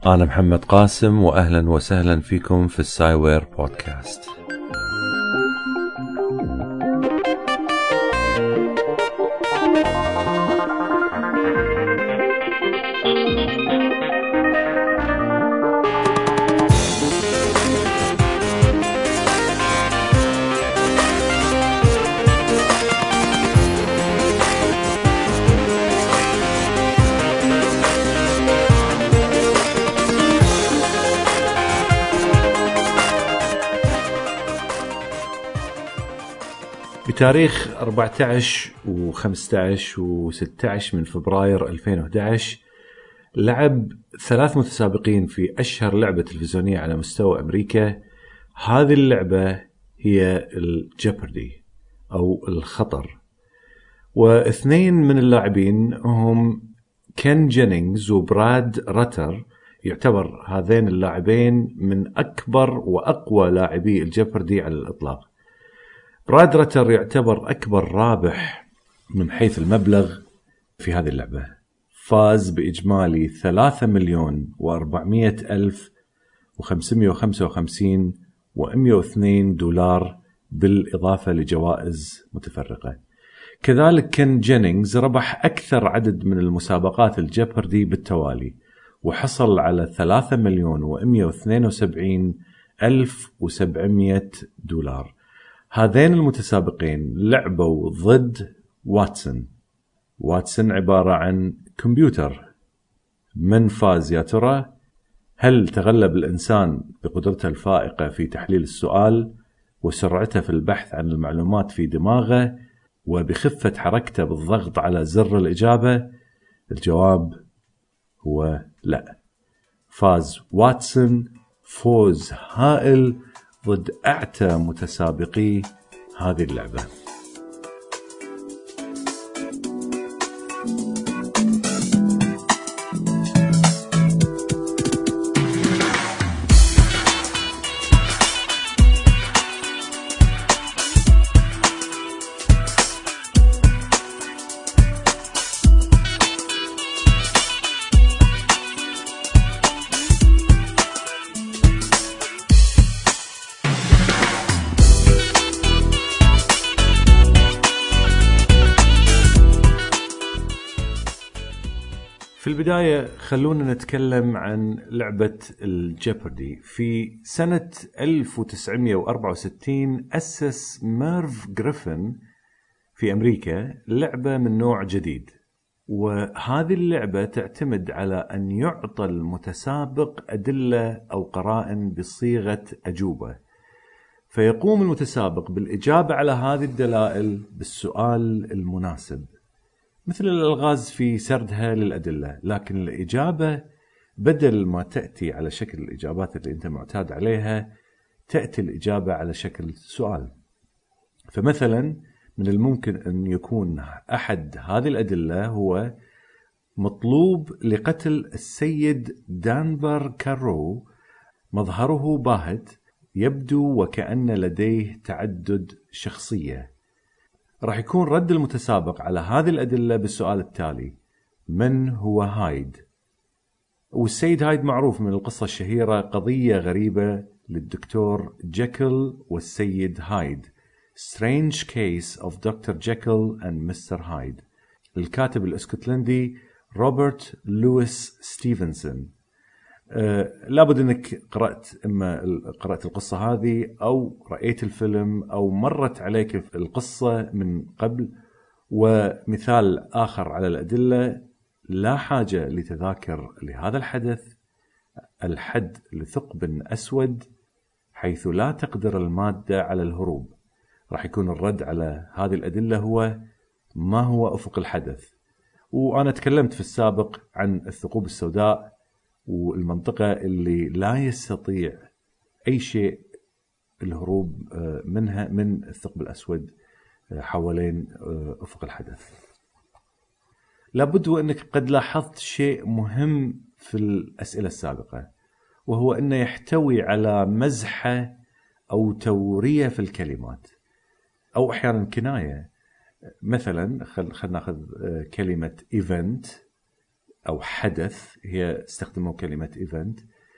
أنا محمد قاسم، وأهلا وسهلا فيكم في السايوير بودكاست. بتاريخ 14 و15 و16 من فبراير 2011 لعب 3 متسابقين في أشهر لعبة تلفزيونية على مستوى أمريكا. هذه اللعبة هي الجيبردي أو الخطر، واثنين من اللاعبين هم كين جينينغز وبراد راتر. يعتبر هذين اللاعبين من أكبر وأقوى لاعبي الجيبردي على الإطلاق. براد راتر يعتبر أكبر رابح من حيث المبلغ في هذه اللعبة، فاز بإجمالي 3,400,555 دولار بالإضافة لجوائز متفرقة. كذلك كين جينينغز ربح أكثر عدد من المسابقات الجيبردي بالتوالي، وحصل على 3,172,700 دولار. هذين المتسابقين لعبوا ضد واتسون عبارة عن كمبيوتر. من فاز يا ترى؟ هل تغلب الإنسان بقدرته الفائقة في تحليل السؤال وسرعته في البحث عن المعلومات في دماغه وبخفة حركته بالضغط على زر الإجابة؟ الجواب هو لا. فاز واتسون فوز هائل ضد أعتى متسابقي هذه اللعبة. في البداية خلونا نتكلم عن لعبة الجيبردي. في سنة 1964 أسس ميرف جريفن في أمريكا لعبة من نوع جديد، وهذه اللعبة تعتمد على أن يعطى المتسابق أدلة أو قرائن بصيغة أجوبة، فيقوم المتسابق بالإجابة على هذه الدلائل بالسؤال المناسب، مثل الألغاز في سردها للأدلة. لكن الإجابة بدل ما تأتي على شكل الإجابات اللي أنت معتاد عليها، تأتي الإجابة على شكل سؤال. فمثلا من الممكن أن يكون أحد هذه الأدلة هو: مطلوب لقتل السيد دانبر كارو، مظهره باهت، يبدو وكأن لديه تعدد شخصية. راح يكون رد المتسابق على هذه الأدلة بالسؤال التالي: من هو هايد؟ والسيد هايد معروف من القصة الشهيرة قضية غريبة للدكتور جيكل والسيد هايد، Strange Case of Dr. Jekyll and Mr. Hyde. الكاتب الاسكتلندي روبرت لويس ستيفنسون. لابد أنك قرأت القصة هذه أو رأيت الفيلم أو مرت عليك القصة من قبل. ومثال آخر على الأدلة: لا حاجة لتذاكر لهذا الحدث، الحد لثقب أسود، حيث لا تقدر المادة على الهروب. راح يكون الرد على هذه الأدلة هو: ما هو أفق الحدث؟ وأنا تكلمت في السابق عن الثقوب السوداء والمنطقة اللي لا يستطيع أي شيء الهروب منها من الثقب الأسود حوالين أفق الحدث. لابد وأنك قد لاحظت شيء مهم في الأسئلة السابقة، وهو أنه يحتوي على مزحة أو تورية في الكلمات، أو أحيانا كناية. مثلا خلنا ناخذ كلمة event. أو حدث، هي استخدموا كلمة إيفنت،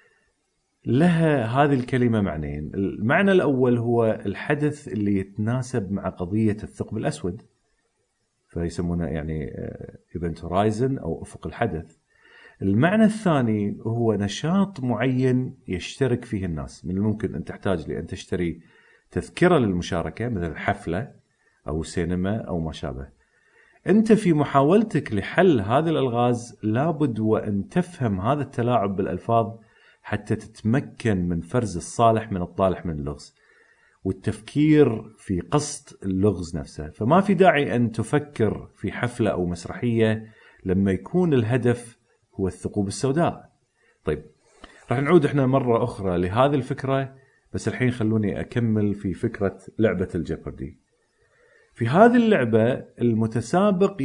لها هذه الكلمة معنيين. المعنى الأول هو الحدث اللي يتناسب مع قضية الثقب الأسود، فيسمونه يعني إيفنت هورايزن أو أفق الحدث. المعنى الثاني هو نشاط معين يشترك فيه الناس. من الممكن أن تحتاج لأن تشتري تذكرة للمشاركة مثل حفلة أو سينما أو ما شابه. أنت في محاولتك لحل هذه الألغاز لابد وأن تفهم هذا التلاعب بالألفاظ حتى تتمكن من فرز الصالح من الطالح من اللغز والتفكير في قصد اللغز نفسه. فما في داعي أن تفكر في حفلة أو مسرحية لما يكون الهدف هو الثقوب السوداء. طيب، راح نعود احنا مرة أخرى لهذه الفكرة، بس الحين خلوني أكمل في فكرة لعبة الجيبردي. في هذه اللعبة المتسابق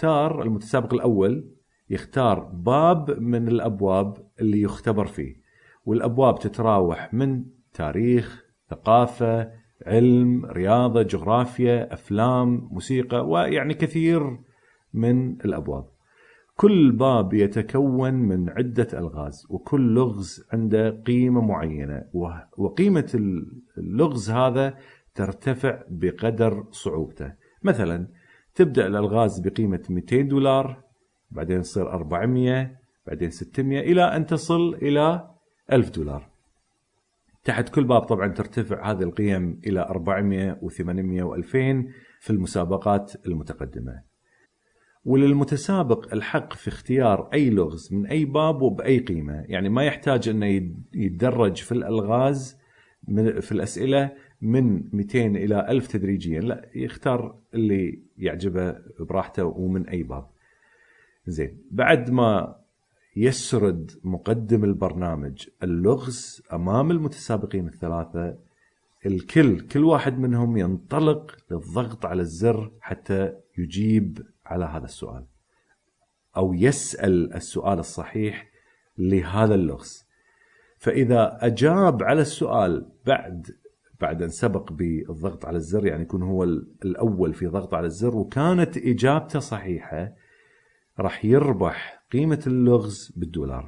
الأول يختار باب من الأبواب اللي يختبر فيه، والأبواب تتراوح من تاريخ، ثقافة، علم، رياضة، جغرافيا، أفلام، موسيقى، ويعني كثير من الأبواب. كل باب يتكون من عدة ألغاز، وكل لغز عنده قيمة معينة، وقيمة اللغز هذا ترتفع بقدر صعوبته. مثلا تبدأ الألغاز بقيمة $200، بعدين تصير 400، بعدين 600، إلى أن تصل إلى $1000. تحت كل باب طبعا ترتفع هذه القيم إلى 400 و800 و2000 في المسابقات المتقدمة. وللمتسابق الحق في اختيار أي لغز من أي باب وبأي قيمة، يعني ما يحتاج أنه يتدرج في الألغاز في الأسئلة من 200 إلى 1000 تدريجيا، لا، يختار اللي يعجبه براحته ومن أي باب. زين، بعد ما يسرد مقدم البرنامج اللغز أمام المتسابقين الثلاثة، كل واحد منهم ينطلق للضغط على الزر حتى يجيب على هذا السؤال أو يسأل السؤال الصحيح لهذا اللغز. فإذا أجاب على السؤال بعد أن سبق بالضغط على الزر، يعني يكون هو الأول في ضغط على الزر وكانت إجابته صحيحة، راح يربح قيمة اللغز $1.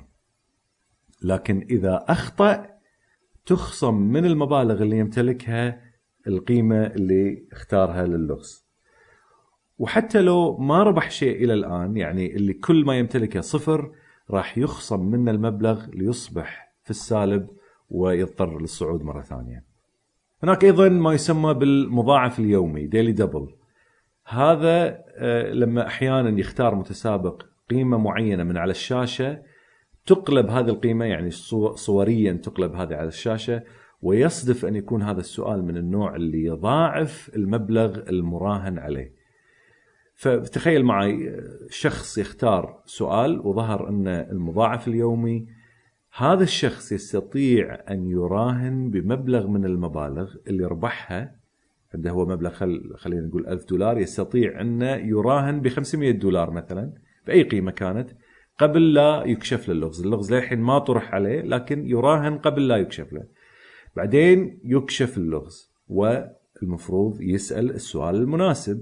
لكن إذا أخطأ تخصم من المبالغ اللي يمتلكها القيمة اللي اختارها للغز. وحتى لو ما ربح شيء إلى الآن، يعني اللي كل ما يمتلكه 0، راح يخصم من المبلغ ليصبح في السالب ويضطر للصعود مرة ثانية. هناك أيضا ما يسمى بالمضاعف اليومي ديلي دبل. هذا لما أحيانا يختار متسابق قيمة معينة من على الشاشة، تقلب هذه القيمة، يعني صوريا تقلب هذه على الشاشة، ويصدف أن يكون هذا السؤال من النوع اللي يضاعف المبلغ المراهن عليه. فتخيل معي شخص يختار سؤال وظهر أن المضاعف اليومي، هذا الشخص يستطيع أن يراهن بمبلغ من المبالغ اللي ربحها. عنده هو مبلغ خلينا نقول $1000، يستطيع أن يراهن $500 مثلا بأي قيمة كانت قبل لا يكشف للغز. اللغز للحين ما طرح عليه، لكن يراهن قبل لا يكشف له. بعدين يكشف اللغز والمفروض يسأل السؤال المناسب.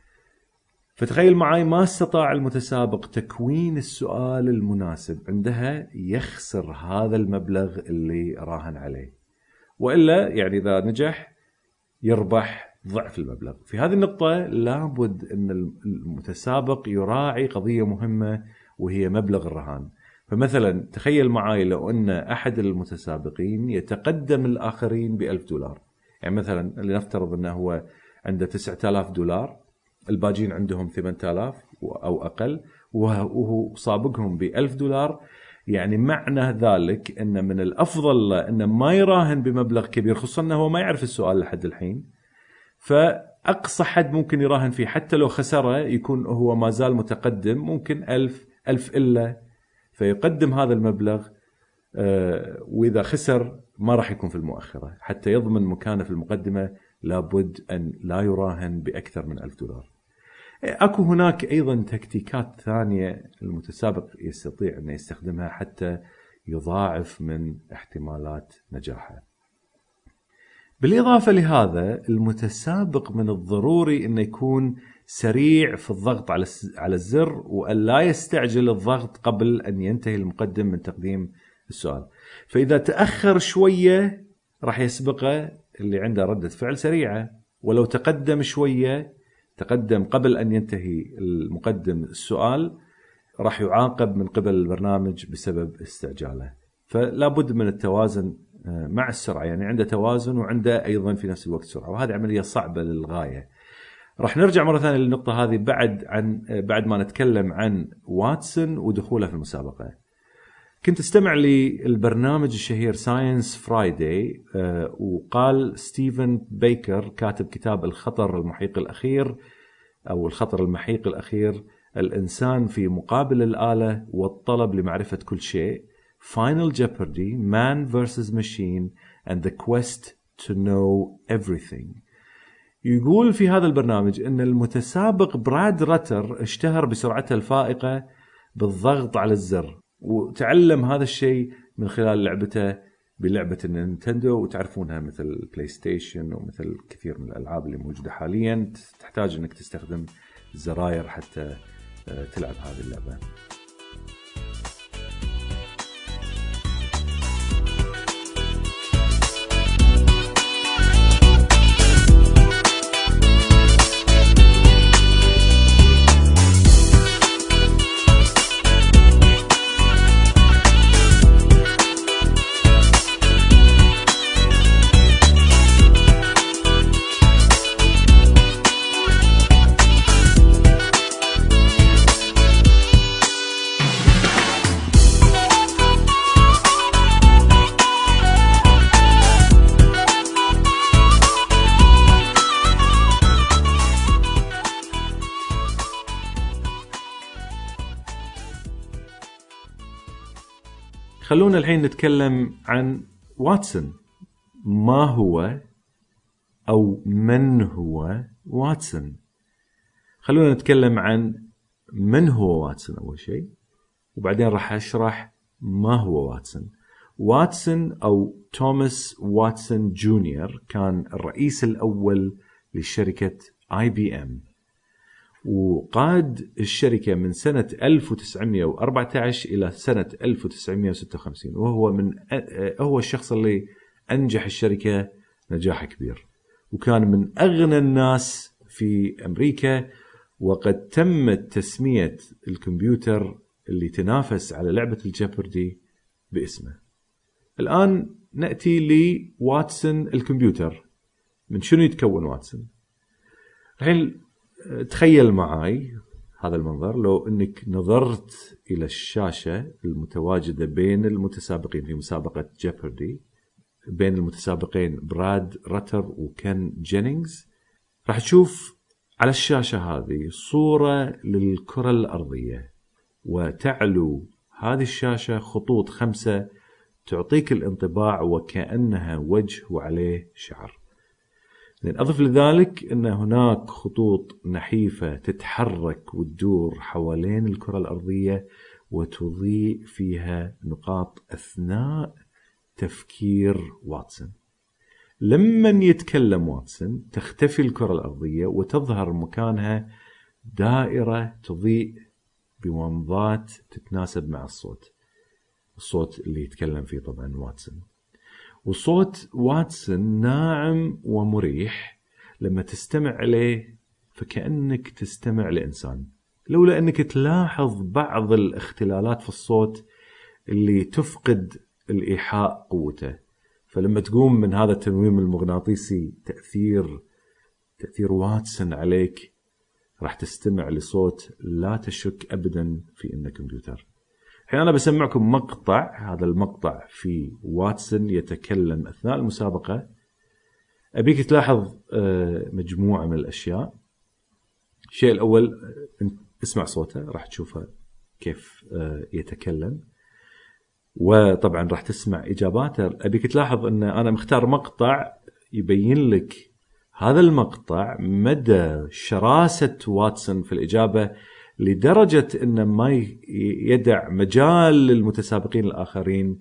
فتخيل معي ما استطاع المتسابق تكوين السؤال المناسب، عندها يخسر هذا المبلغ اللي راهن عليه، وإلا يعني إذا نجح يربح ضعف المبلغ. في هذه النقطة لابد أن المتسابق يراعي قضية مهمة، وهي مبلغ الرهان. فمثلا تخيل معي لو أن أحد المتسابقين يتقدم الآخرين $1000، يعني مثلا لنفترض أنه هو عنده $9000، الباجين عندهم 8000 أو أقل، وهو سابقهم $1000. يعني معنى ذلك أن من الأفضل أن ما يراهن بمبلغ كبير، خصوصا أنه هو ما يعرف السؤال لحد الحين. فأقصى حد ممكن يراهن فيه حتى لو خسره يكون هو ما زال متقدم، ممكن 1000 إلا، فيقدم هذا المبلغ. وإذا خسر ما راح يكون في المؤخرة، حتى يضمن مكانه في المقدمة لابد أن لا يراهن بأكثر من $1000. أكو هناك أيضا تكتيكات ثانية المتسابق يستطيع أن يستخدمها حتى يضاعف من احتمالات نجاحه. بالإضافة لهذا، المتسابق من الضروري أن يكون سريع في الضغط على الزر، وأن لا يستعجل الضغط قبل أن ينتهي المقدم من تقديم السؤال. فإذا تأخر شوية راح يسبقه اللي عنده ردة فعل سريعة، ولو تقدم شوية، تقدم قبل أن ينتهي المقدم السؤال، راح يعاقب من قبل البرنامج بسبب استعجاله. فلا بد من التوازن مع السرعة، يعني عنده توازن وعنده أيضا في نفس الوقت سرعة، وهذه عملية صعبة للغاية. راح نرجع مرة ثانية للنقطة هذه بعد ما نتكلم عن واتسون ودخوله في المسابقة. كنت استمع للبرنامج الشهير ساينس فرايداي، وقال ستيفن بيكر كاتب كتاب الخطر المحيق الأخير أو الخطر المحيق الأخير، الإنسان في مقابل الآلة والطلب لمعرفة كل شيء، Final Jeopardy, Man vs. Machine and the Quest to Know Everything. يقول في هذا البرنامج أن المتسابق براد راتر اشتهر بسرعته الفائقة بالضغط على الزر، وتعلم هذا الشيء من خلال لعبته بلعبة النينتندو، وتعرفونها مثل البلاي ستيشن ومثل كثير من الألعاب اللي موجودة حاليا تحتاج أنك تستخدم الزراير حتى تلعب هذه اللعبة. خلونا الحين نتكلم عن واتسون. ما هو أو من هو واتسون؟ خلونا نتكلم عن من هو واتسون أول شيء، وبعدين راح أشرح ما هو واتسون. واتسون أو توماس واتسون جونيور كان الرئيس الأول لشركة IBM، وقاد الشركة من سنة 1914 إلى سنة 1956، وهو هو الشخص اللي أنجح الشركة نجاح كبير، وكان من أغنى الناس في أمريكا، وقد تمت تسمية الكمبيوتر اللي تنافس على لعبة الجيبردي باسمه. الآن نأتي لواتسون الكمبيوتر. من شنو يتكون واتسون؟ الحين تخيل معاي هذا المنظر. لو أنك نظرت إلى الشاشة المتواجدة بين المتسابقين في مسابقة جيبردي، بين المتسابقين براد راتر وكن جينينغز، راح تشوف على الشاشة هذه صورة للكرة الأرضية، وتعلو هذه الشاشة خطوط 5 تعطيك الانطباع وكأنها وجه وعليه شعر. أضف لذلك أن هناك خطوط نحيفة تتحرك وتدور حوالين الكرة الأرضية وتضيء فيها نقاط أثناء تفكير واتسون. لمن يتكلم واتسون تختفي الكرة الأرضية وتظهر مكانها دائرة تضيء بومضات تتناسب مع الصوت اللي يتكلم فيه طبعا واتسون. وصوت واتسون ناعم ومريح، لما تستمع إليه فكأنك تستمع لإنسان، لولا أنك تلاحظ بعض الاختلالات في الصوت اللي تفقد الإيحاء قوته. فلما تقوم من هذا التنويم المغناطيسي تأثير واتسون عليك، راح تستمع لصوت لا تشك أبدا في إنه كمبيوتر. الحين أنا بسمعكم مقطع، هذا المقطع في واتسون يتكلم أثناء المسابقة. أبيك تلاحظ مجموعة من الأشياء. الشيء الأول، اسمع صوته، راح تشوفه كيف يتكلم، وطبعا راح تسمع إجاباته. أبيك تلاحظ أن أنا مختار مقطع يبين لك هذا المقطع مدى شراسة واتسون في الإجابة، لدرجة أنه ما يدع مجال للمتسابقين الآخرين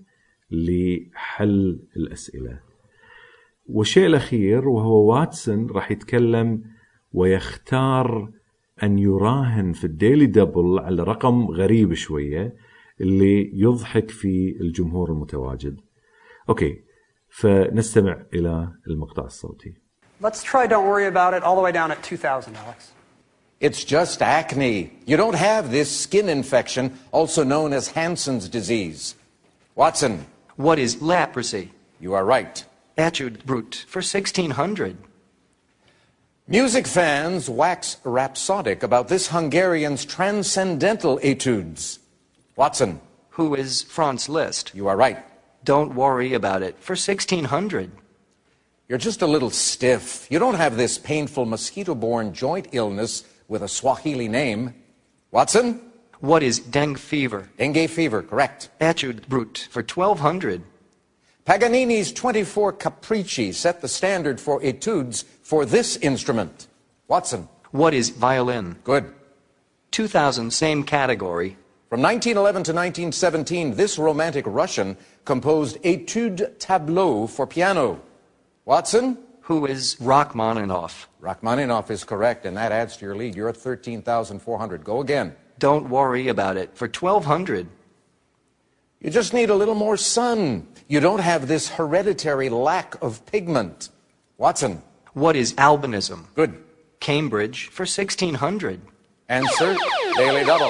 لحل الأسئلة. والشيء الأخير وهو واتسون راح يتكلم ويختار أن يراهن في الديلي دبل على رقم غريب شوية اللي يضحك في الجمهور المتواجد. أوكي، فنستمع إلى المقطع الصوتي. Let's try Don't Worry About It all the way down at 2,000, Alex. It's just acne. You don't have this skin infection, also known as Hansen's disease. Watson. What is leprosy? You are right. Etude brute for 1,600. Music fans wax rhapsodic about this Hungarian's transcendental etudes. Watson. Who is Franz Liszt? You are right. Don't worry about it for 1,600. You're just a little stiff. You don't have this painful mosquito-borne joint illness with a Swahili name. Watson? What is dengue fever? Dengue fever, correct. Etude brute for 1,200. Paganini's 24 Capricci set the standard for etudes for this instrument. Watson? What is violin? Good. 2,000, same category. From 1911 to 1917, this romantic Russian composed Etude Tableau for piano. Watson? Who is Rachmaninoff? Rachmaninoff is correct, and that adds to your lead. You're at 13,400. Go again. Don't worry about it for 1,200. You just need a little more sun. You don't have this hereditary lack of pigment. Watson? What is albinism? Good. Cambridge for 1,600. Answer, Daily Double.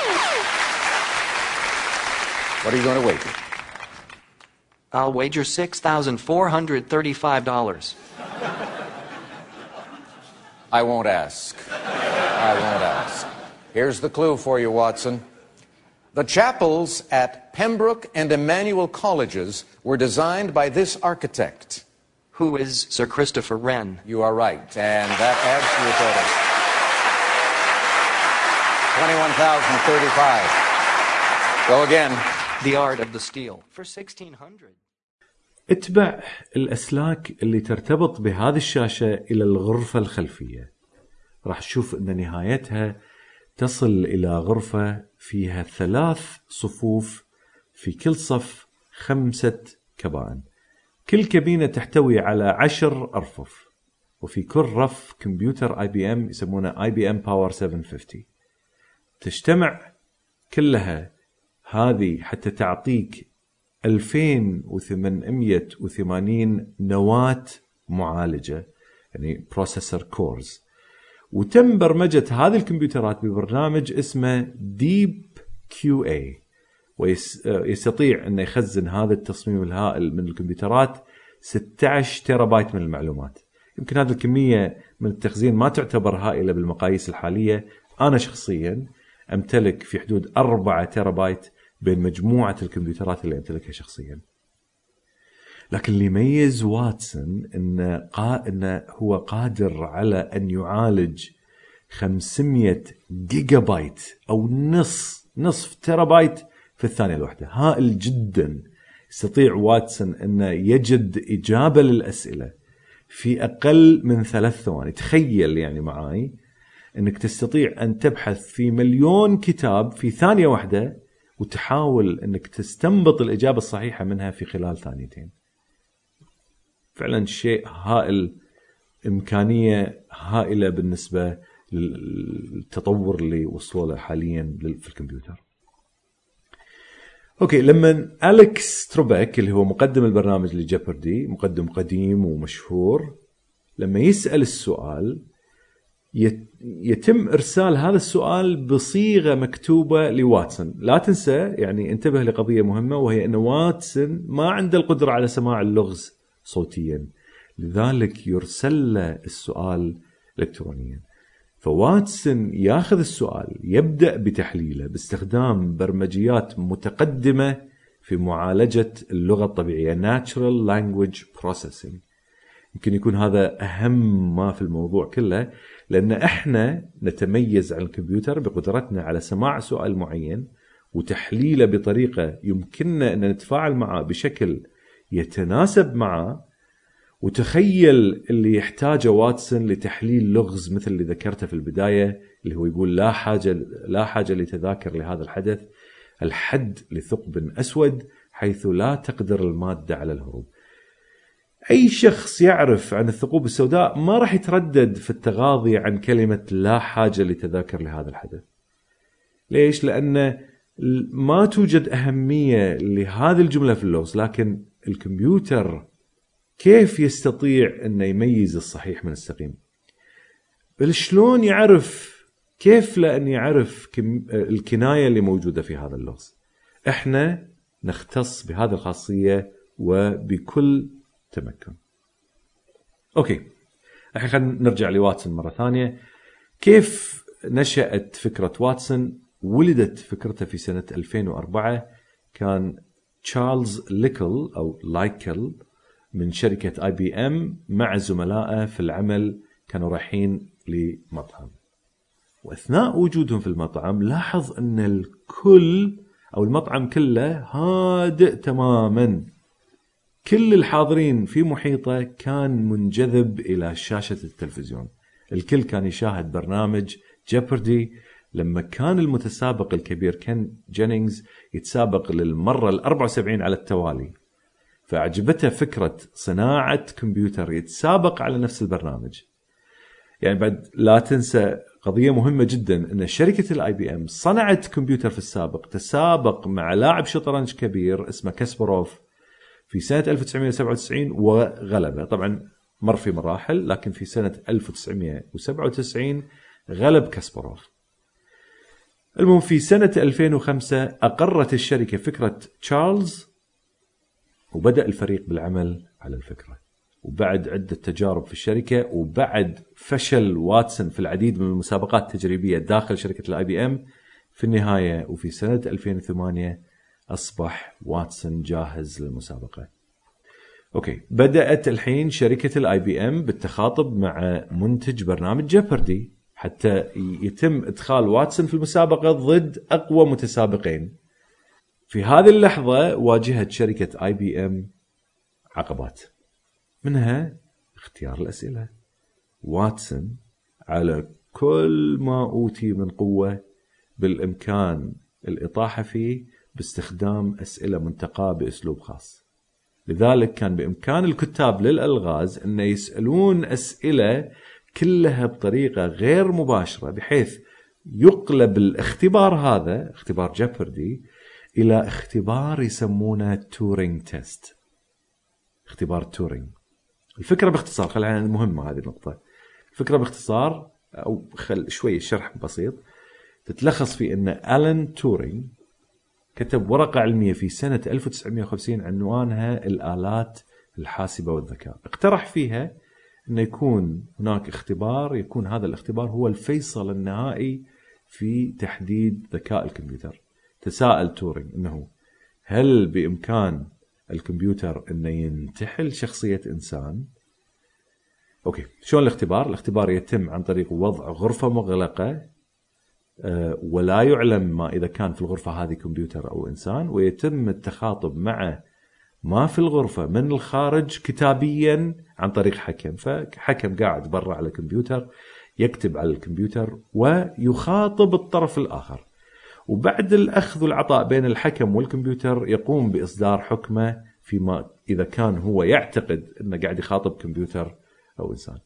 What are you going to wager? I'll wager $6,435. I won't ask. I won't ask. Here's the clue for you, Watson. The chapels at Pembroke and Emmanuel colleges were designed by this architect. Who is Sir Christopher Wren? You are right, and that adds to your total. 21,035. Go again. The Art of the Steel for 1,600. اتبع الأسلاك اللي ترتبط بهذه الشاشة إلى الغرفة الخلفية. راح تشوف أن نهايتها تصل إلى غرفة فيها 3 صفوف، في كل صف 5 كبائن. كل كابينة تحتوي على 10 أرفف، وفي كل رف كمبيوتر IBM يسمونه IBM Power 750. تجتمع كلها هذه حتى تعطيك 2880 نواة معالجة، يعني processor cores. وتم برمجة هذه الكمبيوترات ببرنامج اسمه Deep QA، ويستطيع أن يخزن هذا التصميم الهائل من الكمبيوترات 16 تيرابايت من المعلومات. يمكن هذه الكمية من التخزين ما تعتبر هائلة بالمقاييس الحالية. أنا شخصيا أمتلك في حدود 4 تيرابايت بين مجموعة الكمبيوترات اللي أمتلكها شخصيا. لكن اللي يميز واتسون إنه هو قادر على أن يعالج 500 جيجا بايت أو نصف تيرابايت في الثانية الواحدة. هائل جدا. يستطيع واتسون أنه يجد إجابة للأسئلة في أقل من 3 ثواني. تخيل يعني معاي أنك تستطيع أن تبحث في 1,000,000 كتاب في ثانية واحدة وتحاول أنك تستنبط الإجابة الصحيحة منها في خلال 2 ثانية. فعلا شيء هائل، إمكانية هائلة بالنسبة للتطور اللي وصلوا له حاليا في الكمبيوتر. أوكي، لما أليكس تروبيك اللي هو مقدم البرنامج لجيبردي، مقدم قديم ومشهور، لما يسأل السؤال يتم إرسال هذا السؤال بصيغة مكتوبة لواتسون. لا تنسى، يعني انتبه لقضية مهمة، وهي أن واتسون ما عنده القدرة على سماع اللغز صوتيا، لذلك يرسل له السؤال إلكترونيا. فواتسون ياخذ السؤال، يبدأ بتحليله باستخدام برمجيات متقدمة في معالجة اللغة الطبيعية Natural Language Processing. يمكن يكون هذا أهم ما في الموضوع كله، لأن إحنا نتميز عن الكمبيوتر بقدرتنا على سماع سؤال معين وتحليله بطريقة يمكننا أن نتفاعل معه بشكل يتناسب معه. وتخيل اللي يحتاجه واتسون لتحليل لغز مثل اللي ذكرته في البداية، اللي هو يقول لا حاجة لتذاكر لهذا الحدث، الحد لثقب أسود حيث لا تقدر المادة على الهروب. أي شخص يعرف عن الثقوب السوداء ما راح يتردد في التغاضي عن كلمة لا حاجة لتذاكر لهذا الحدث. ليش؟ لأن ما توجد أهمية لهذه الجملة في اللغز، لكن الكمبيوتر كيف يستطيع أن يميز الصحيح من السقيم؟ بل شلون يعرف؟ كيف لأن يعرف الكناية اللي موجودة في هذا اللغز؟ إحنا نختص بهذه الخاصية وبكل تمكن. أوكي، الحين خلينا نرجع لواتسون مرة ثانية. كيف نشأت فكرة واتسون؟ ولدت فكرته في سنة 2004. كان تشارلز ليكل أو لايكل من شركة IBM مع زملائه في العمل كانوا رايحين لمطعم، وأثناء وجودهم في المطعم لاحظ أن الكل أو المطعم كله هادئ تماما. كل الحاضرين في محيطه كان منجذب إلى شاشة التلفزيون. الكل كان يشاهد برنامج جيبردي لما كان المتسابق الكبير كين جينينغز يتسابق للمرة 74 على التوالي. فأعجبته فكرة صناعة كمبيوتر يتسابق على نفس البرنامج. يعني بعد لا تنسى قضية مهمة جدا، أن شركة IBM صنعت كمبيوتر في السابق تسابق مع لاعب شطرنج كبير اسمه كاسباروف في سنة 1997 وغلبه. طبعا مر في مراحل، لكن في سنة 1997 غلب كاسباروف. المهم في سنة 2005 أقرت الشركة فكرة تشارلز، وبدأ الفريق بالعمل على الفكرة. وبعد عدة تجارب في الشركة، وبعد فشل واتسون في العديد من المسابقات التجريبية داخل شركة IBM، في النهاية وفي سنة 2008 أصبح واتسون جاهز للمسابقة. أوكي، بدأت الحين شركة IBM بالتخاطب مع منتج برنامج جيبردي حتى يتم إدخال واتسون في المسابقة ضد أقوى متسابقين. في هذه اللحظة واجهت شركة IBM عقبات، منها اختيار الأسئلة. واتسون على كل ما أوتي من قوة بالإمكان الإطاحة فيه باستخدام أسئلة منتقاة بأسلوب خاص. لذلك كان بإمكان الكتاب للألغاز أن يسألون أسئلة كلها بطريقة غير مباشرة، بحيث يقلب الاختبار هذا اختبار جيبردي إلى اختبار يسمونه تورينج تيست، اختبار تورينج. الفكرة باختصار، خلينا مهمة هذه النقطة. الفكرة باختصار أو شوي شرح بسيط تتلخص في أن ألان تورينج كتب ورقة علمية في سنة 1950 عنوانها الآلات الحاسبة والذكاء. اقترح فيها أن يكون هناك اختبار، يكون هذا الاختبار هو الفيصل النهائي في تحديد ذكاء الكمبيوتر. تساءل تورينج أنه هل بإمكان الكمبيوتر أنه ينتحل شخصية إنسان؟ أوكي، شلون الاختبار؟ الاختبار يتم عن طريق وضع غرفة مغلقة، ولا يعلم ما إذا كان في الغرفة هذه كمبيوتر أو إنسان، ويتم التخاطب مع ما في الغرفة من الخارج كتابيا عن طريق حكم. فحكم قاعد برا على الكمبيوتر يكتب على الكمبيوتر ويخاطب الطرف الآخر، وبعد الأخذ والعطاء بين الحكم والكمبيوتر يقوم بإصدار حكمه فيما إذا كان هو يعتقد أنه قاعد يخاطب كمبيوتر أو إنسان.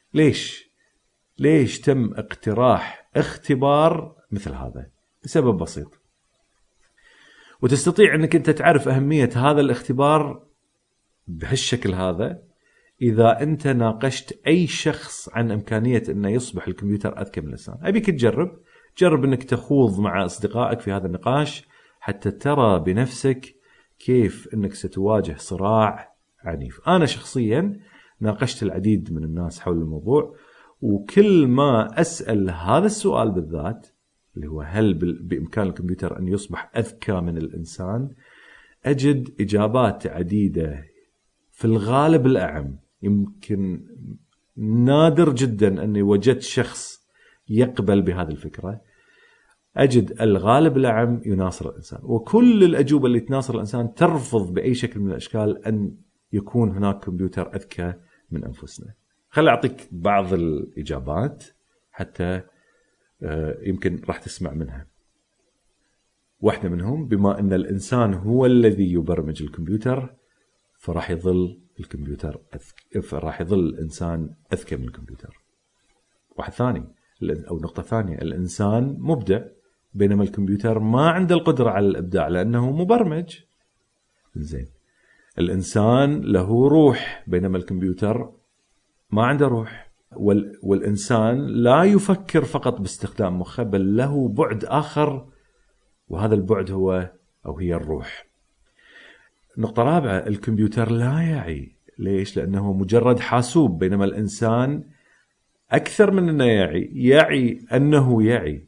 ليش تم اقتراح اختبار مثل هذا؟ لسبب بسيط، وتستطيع أنك أنت تعرف أهمية هذا الاختبار بهالشكل هذا إذا أنت ناقشت أي شخص عن إمكانية أنه يصبح الكمبيوتر أذكى من الإنسان. أبيك تجرب أنك تخوض مع أصدقائك في هذا النقاش حتى ترى بنفسك كيف أنك ستواجه صراع عنيف. أنا شخصيا ناقشت العديد من الناس حول الموضوع، وكل ما أسأل هذا السؤال بالذات اللي هو هل بإمكان الكمبيوتر أن يصبح أذكى من الإنسان، أجد إجابات عديدة في الغالب الأعم. يمكن نادر جدا أني وجدت شخص يقبل بهذه الفكرة. أجد الغالب الأعم يناصر الإنسان، وكل الأجوبة اللي تناصر الإنسان ترفض بأي شكل من الأشكال أن يكون هناك كمبيوتر أذكى من أنفسنا. خلي أعطيك بعض الإجابات حتى يمكن راح تسمع منها. واحدة منهم: بما أن الإنسان هو الذي يبرمج الكمبيوتر، فراح يظل الكمبيوتر فراح يظل الإنسان أذكى من الكمبيوتر. واحد ثاني أو نقطة ثانية، الإنسان مبدع بينما الكمبيوتر ما عنده القدرة على الإبداع لأنه مبرمج. زين، الإنسان له روح بينما الكمبيوتر ما عنده روح، والإنسان لا يفكر فقط باستخدام مخه بل له بعد آخر، وهذا البعد هو أو هي الروح. نقطة رابعة، الكمبيوتر لا يعي. ليش؟ لأنه مجرد حاسوب، بينما الإنسان أكثر من أنه يعي أنه يعي.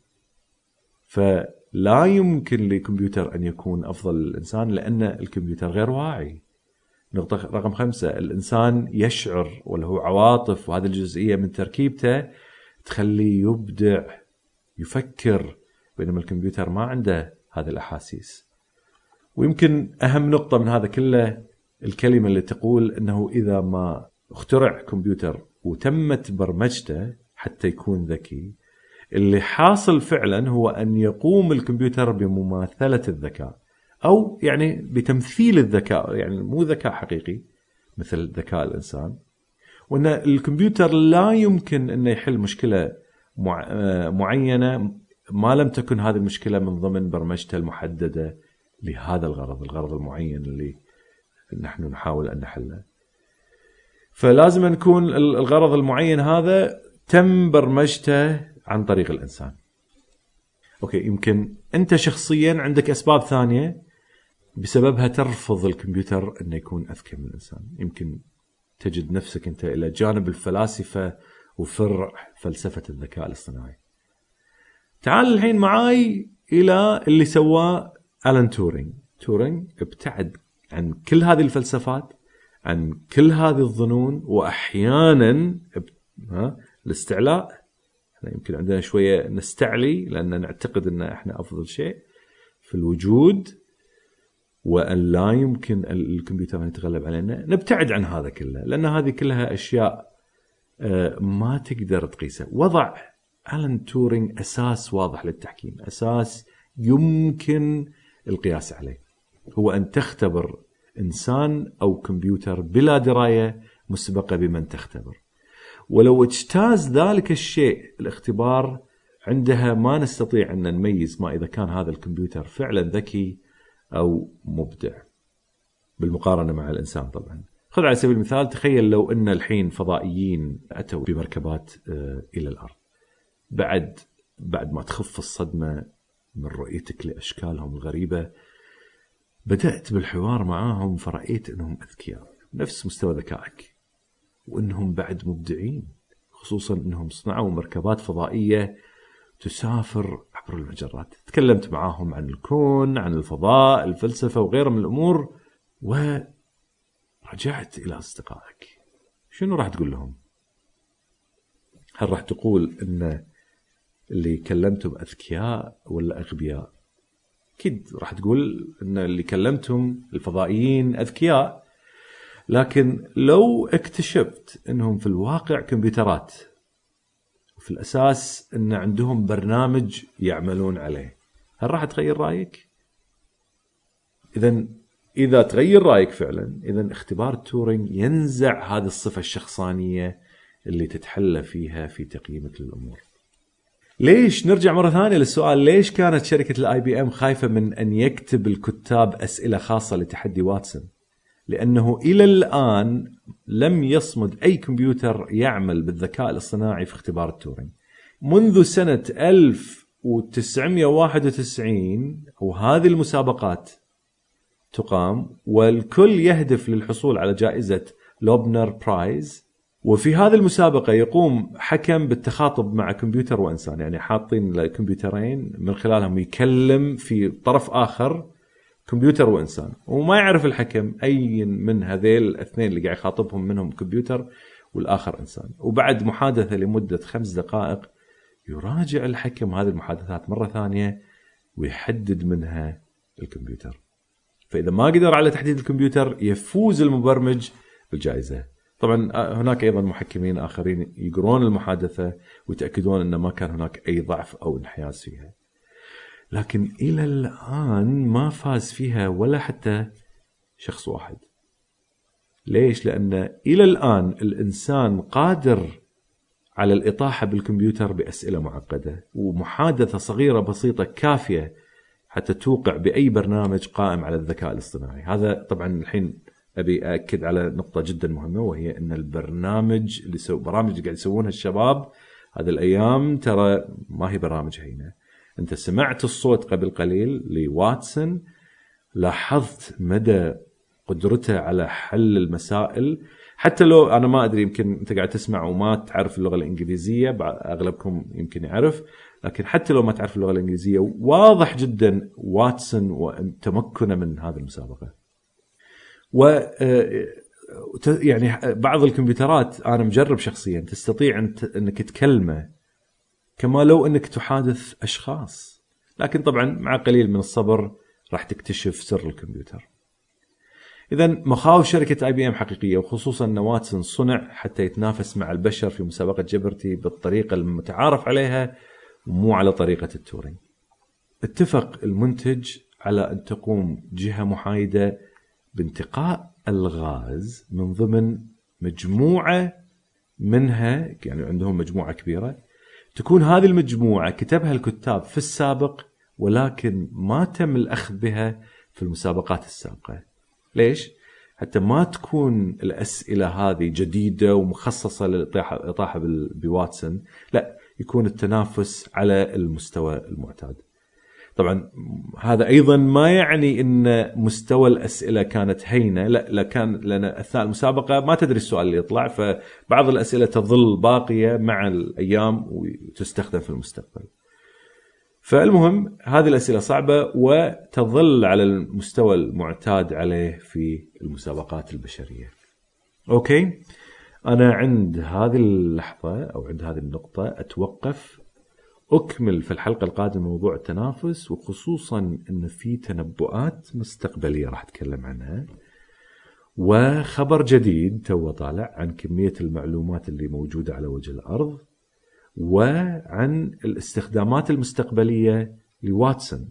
فلا يمكن للكمبيوتر أن يكون أفضل للإنسان لأن الكمبيوتر غير واعي. نقطة رقم 5، الإنسان يشعر وله عواطف، وهذه الجزئية من تركيبته تخليه يبدع يفكر، بينما الكمبيوتر ما عنده هذه الأحاسيس. ويمكن أهم نقطة من هذا كله الكلمة اللي تقول أنه إذا ما اخترع كمبيوتر وتمت برمجته حتى يكون ذكي، اللي حاصل فعلا هو أن يقوم الكمبيوتر بمماثلة الذكاء، أو يعني بتمثيل الذكاء، يعني مو ذكاء حقيقي مثل ذكاء الإنسان. وأن الكمبيوتر لا يمكن أن يحل مشكلة معينة ما لم تكن هذه المشكلة من ضمن برمجته المحددة لهذا الغرض المعين اللي نحن نحاول أن نحله. فلازم نكون الغرض المعين هذا تم برمجته عن طريق الإنسان. أوكي، يمكن أنت شخصيا عندك أسباب ثانية بسببها ترفض الكمبيوتر أنه يكون أذكى من الإنسان. يمكن تجد نفسك أنت إلى جانب الفلاسفة وفرع فلسفة الذكاء الاصطناعي. تعال الحين معاي إلى اللي سواه ألان تورينج ابتعد عن كل هذه الفلسفات، عن كل هذه الظنون، وأحيانا الاستعلاء. احنا يمكن عندنا شوية نستعلي لأن نعتقد أن احنا أفضل شيء في الوجود وأن لا يمكن الكمبيوتر أن يتغلب علينا. نبتعد عن هذا كله لأن هذه كلها أشياء ما تقدر تقيسها. وضع ألان تورينج أساس واضح للتحكيم، أساس يمكن القياس عليه، هو أن تختبر إنسان أو كمبيوتر بلا دراية مسبقة بمن تختبر. ولو اجتاز ذلك الشيء الاختبار عندها ما نستطيع أن نميز ما إذا كان هذا الكمبيوتر فعلا ذكي أو مبدع بالمقارنة مع الإنسان. طبعا خذ على سبيل المثال، تخيل لو أن الحين فضائيين أتوا بمركبات إلى الأرض، بعد ما تخف الصدمة من رؤيتك لأشكالهم الغريبة، بدأت بالحوار معاهم فرأيت أنهم أذكياء نفس مستوى ذكائك، وأنهم بعد مبدعين، خصوصا أنهم صنعوا مركبات فضائية تسافر عبر المجرات. تكلمت معاهم عن الكون، عن الفضاء، الفلسفة وغيرها من الأمور، ورجعت إلى أصدقائك. شنو راح تقول لهم؟ هل راح تقول أن اللي كلمتهم أذكياء ولا أغبياء؟ أكيد راح تقول أن اللي كلمتهم الفضائيين أذكياء، لكن لو اكتشفت أنهم في الواقع كمبيوترات وفي الأساس أن عندهم برنامج يعملون عليه، هل راح تغير رأيك؟ إذا تغير رأيك فعلا، إذن اختبار تورينج ينزع هذه الصفة الشخصانية اللي تتحلى فيها في تقييمك للأمور. ليش؟ نرجع مرة ثانية للسؤال، ليش كانت شركة IBM خايفة من أن يكتب الكتاب أسئلة خاصة لتحدي واتسون؟ لأنه إلى الآن لم يصمد أي كمبيوتر يعمل بالذكاء الاصطناعي في اختبار تورينج. منذ سنة 1991 وهذه المسابقات تقام، والكل يهدف للحصول على جائزة لوبنر برايز. وفي هذه المسابقة يقوم حكم بالتخاطب مع كمبيوتر وإنسان، يعني حاطين الكمبيوترين من خلالهم يكلم في طرف آخر كمبيوتر وإنسان، وما يعرف الحكم أي من هذيل الاثنين اللي قاعد يخاطبهم منهم كمبيوتر والآخر إنسان. وبعد محادثة لمدة 5 دقائق يراجع الحكم هذه المحادثات مرة ثانية ويحدد منها الكمبيوتر. فإذا ما قدر على تحديد الكمبيوتر يفوز المبرمج بالجائزة. طبعا هناك أيضا محكمين آخرين يقرون المحادثة ويتأكدون أن ما كان هناك أي ضعف أو انحياز فيها، لكن إلى الآن ما فاز فيها ولا حتى شخص واحد. ليش؟ لأن إلى الآن الإنسان قادر على الإطاحة بالكمبيوتر بأسئلة معقدة، ومحادثة صغيرة بسيطة كافية حتى توقع بأي برنامج قائم على الذكاء الاصطناعي. هذا طبعا الحين أبي أأكد على نقطة جدا مهمة، وهي أن البرنامج برامج اللي قاعد يسوونها الشباب هذه الأيام ترى ما هي برامج هينة. أنت سمعت الصوت قبل قليل لواتسون، لاحظت مدى قدرته على حل المسائل. حتى لو أنا ما أدري، يمكن أنت قاعد تسمع وما تعرف اللغة الإنجليزية، أغلبكم يمكن يعرف، لكن حتى لو ما تعرف اللغة الإنجليزية واضح جدا واتسون وتمكنه من هذه المسابقة. يعني بعض الكمبيوترات أنا مجرب شخصيا تستطيع أنك تكلمه كما لو أنك تحادث أشخاص، لكن طبعا مع قليل من الصبر راح تكتشف سر الكمبيوتر. إذن مخاوف شركة IBM حقيقية، وخصوصا أن واتسون صنع حتى يتنافس مع البشر في مسابقة جيبرتي بالطريقة المتعارف عليها ومو على طريقة التورينج. اتفق المنتج على أن تقوم جهة محايدة بانتقاء الغاز من ضمن مجموعة منها، يعني عندهم مجموعة كبيرة، تكون هذه المجموعة كتبها الكتاب في السابق ولكن ما تم الأخذ بها في المسابقات السابقة. ليش؟ حتى ما تكون الأسئلة هذه جديدة ومخصصة للإطاحة بواتسون، لا، يكون التنافس على المستوى المعتاد. طبعا هذا أيضا ما يعني أن مستوى الأسئلة كانت هينة، لا، لأن أثناء المسابقة ما تدري السؤال اللي يطلع، فبعض الأسئلة تظل باقية مع الأيام وتستخدم في المستقبل. فالمهم هذه الأسئلة صعبة وتظل على المستوى المعتاد عليه في المسابقات البشرية. أوكي، أنا عند هذه اللحظة أو عند هذه النقطة أتوقف، أكمل في الحلقة القادمة موضوع التنافس، وخصوصا أن في تنبؤات مستقبلية راح أتكلم عنها، وخبر جديد تو طالع عن كمية المعلومات اللي موجودة على وجه الأرض، وعن الاستخدامات المستقبلية لواتسون.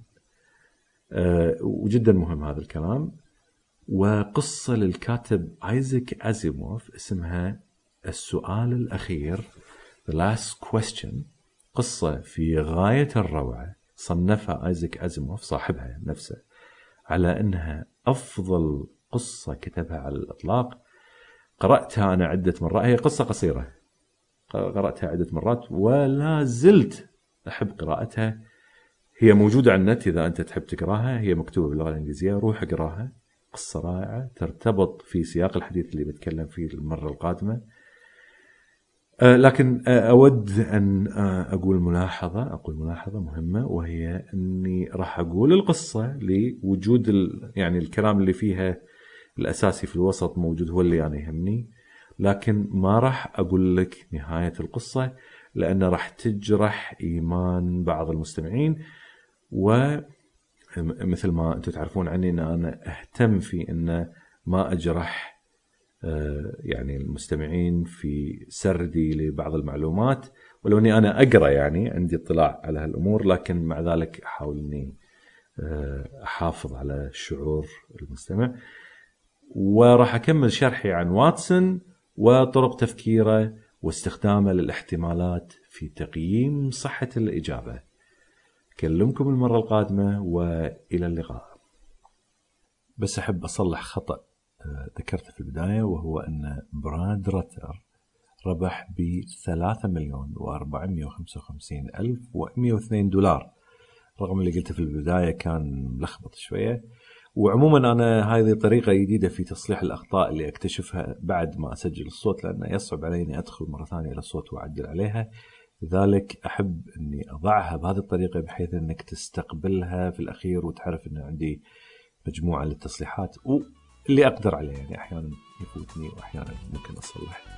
وجدا مهم هذا الكلام. وقصة للكاتب آيزاك أزيموف اسمها السؤال الأخير، The Last Question، قصة في غاية الروعة صنفها آيزاك أزيموف صاحبها نفسه على أنها أفضل قصة كتبها على الإطلاق. قرأتها أنا عدة مرات، هي قصة قصيرة، قرأتها عدة مرات ولا زلت أحب قراءتها. هي موجودة على النت إذا أنت تحب تقراها، هي مكتوبة باللغة الإنجليزية، روح اقراها، قصة رائعة ترتبط في سياق الحديث اللي بتكلم فيه المرة القادمة. لكن أود أن أقول ملاحظة مهمة، وهي أني راح أقول القصة لوجود يعني الكلام اللي فيها الأساسي في الوسط موجود هو اللي يعني يهمني، لكن ما راح أقول لك نهاية القصة لأن راح تجرح إيمان بعض المستمعين. ومثل ما أنتم تعرفون عني أن أنا أهتم في أن ما أجرح يعني المستمعين في سردي لبعض المعلومات، ولو أني أنا أقرأ يعني عندي اطلاع على هالأمور، لكن مع ذلك أحاول أني أحافظ على شعور المستمع. وراح أكمل شرحي عن واتسون وطرق تفكيره واستخدامه للاحتمالات في تقييم صحة الإجابة. أكلمكم المرة القادمة وإلى اللقاء. بس أحب أصلح خطأ ذكرته في البداية، وهو أن براد راتر ربح $3,455,102. رغم اللي قلته في البداية كان ملخبط شوية. وعموما أنا هذه طريقة جديدة في تصليح الأخطاء اللي أكتشفها بعد ما أسجل الصوت، لأنه يصعب علي أدخل مرة ثانية إلى الصوت وأعدل عليها. لذلك أحب أني أضعها بهذه الطريقة بحيث أنك تستقبلها في الأخير وتعرف أن عندي مجموعة للتصليحات واللي أقدر عليه. يعني أحيانا يفوتني وأحيانا ممكن أصلح.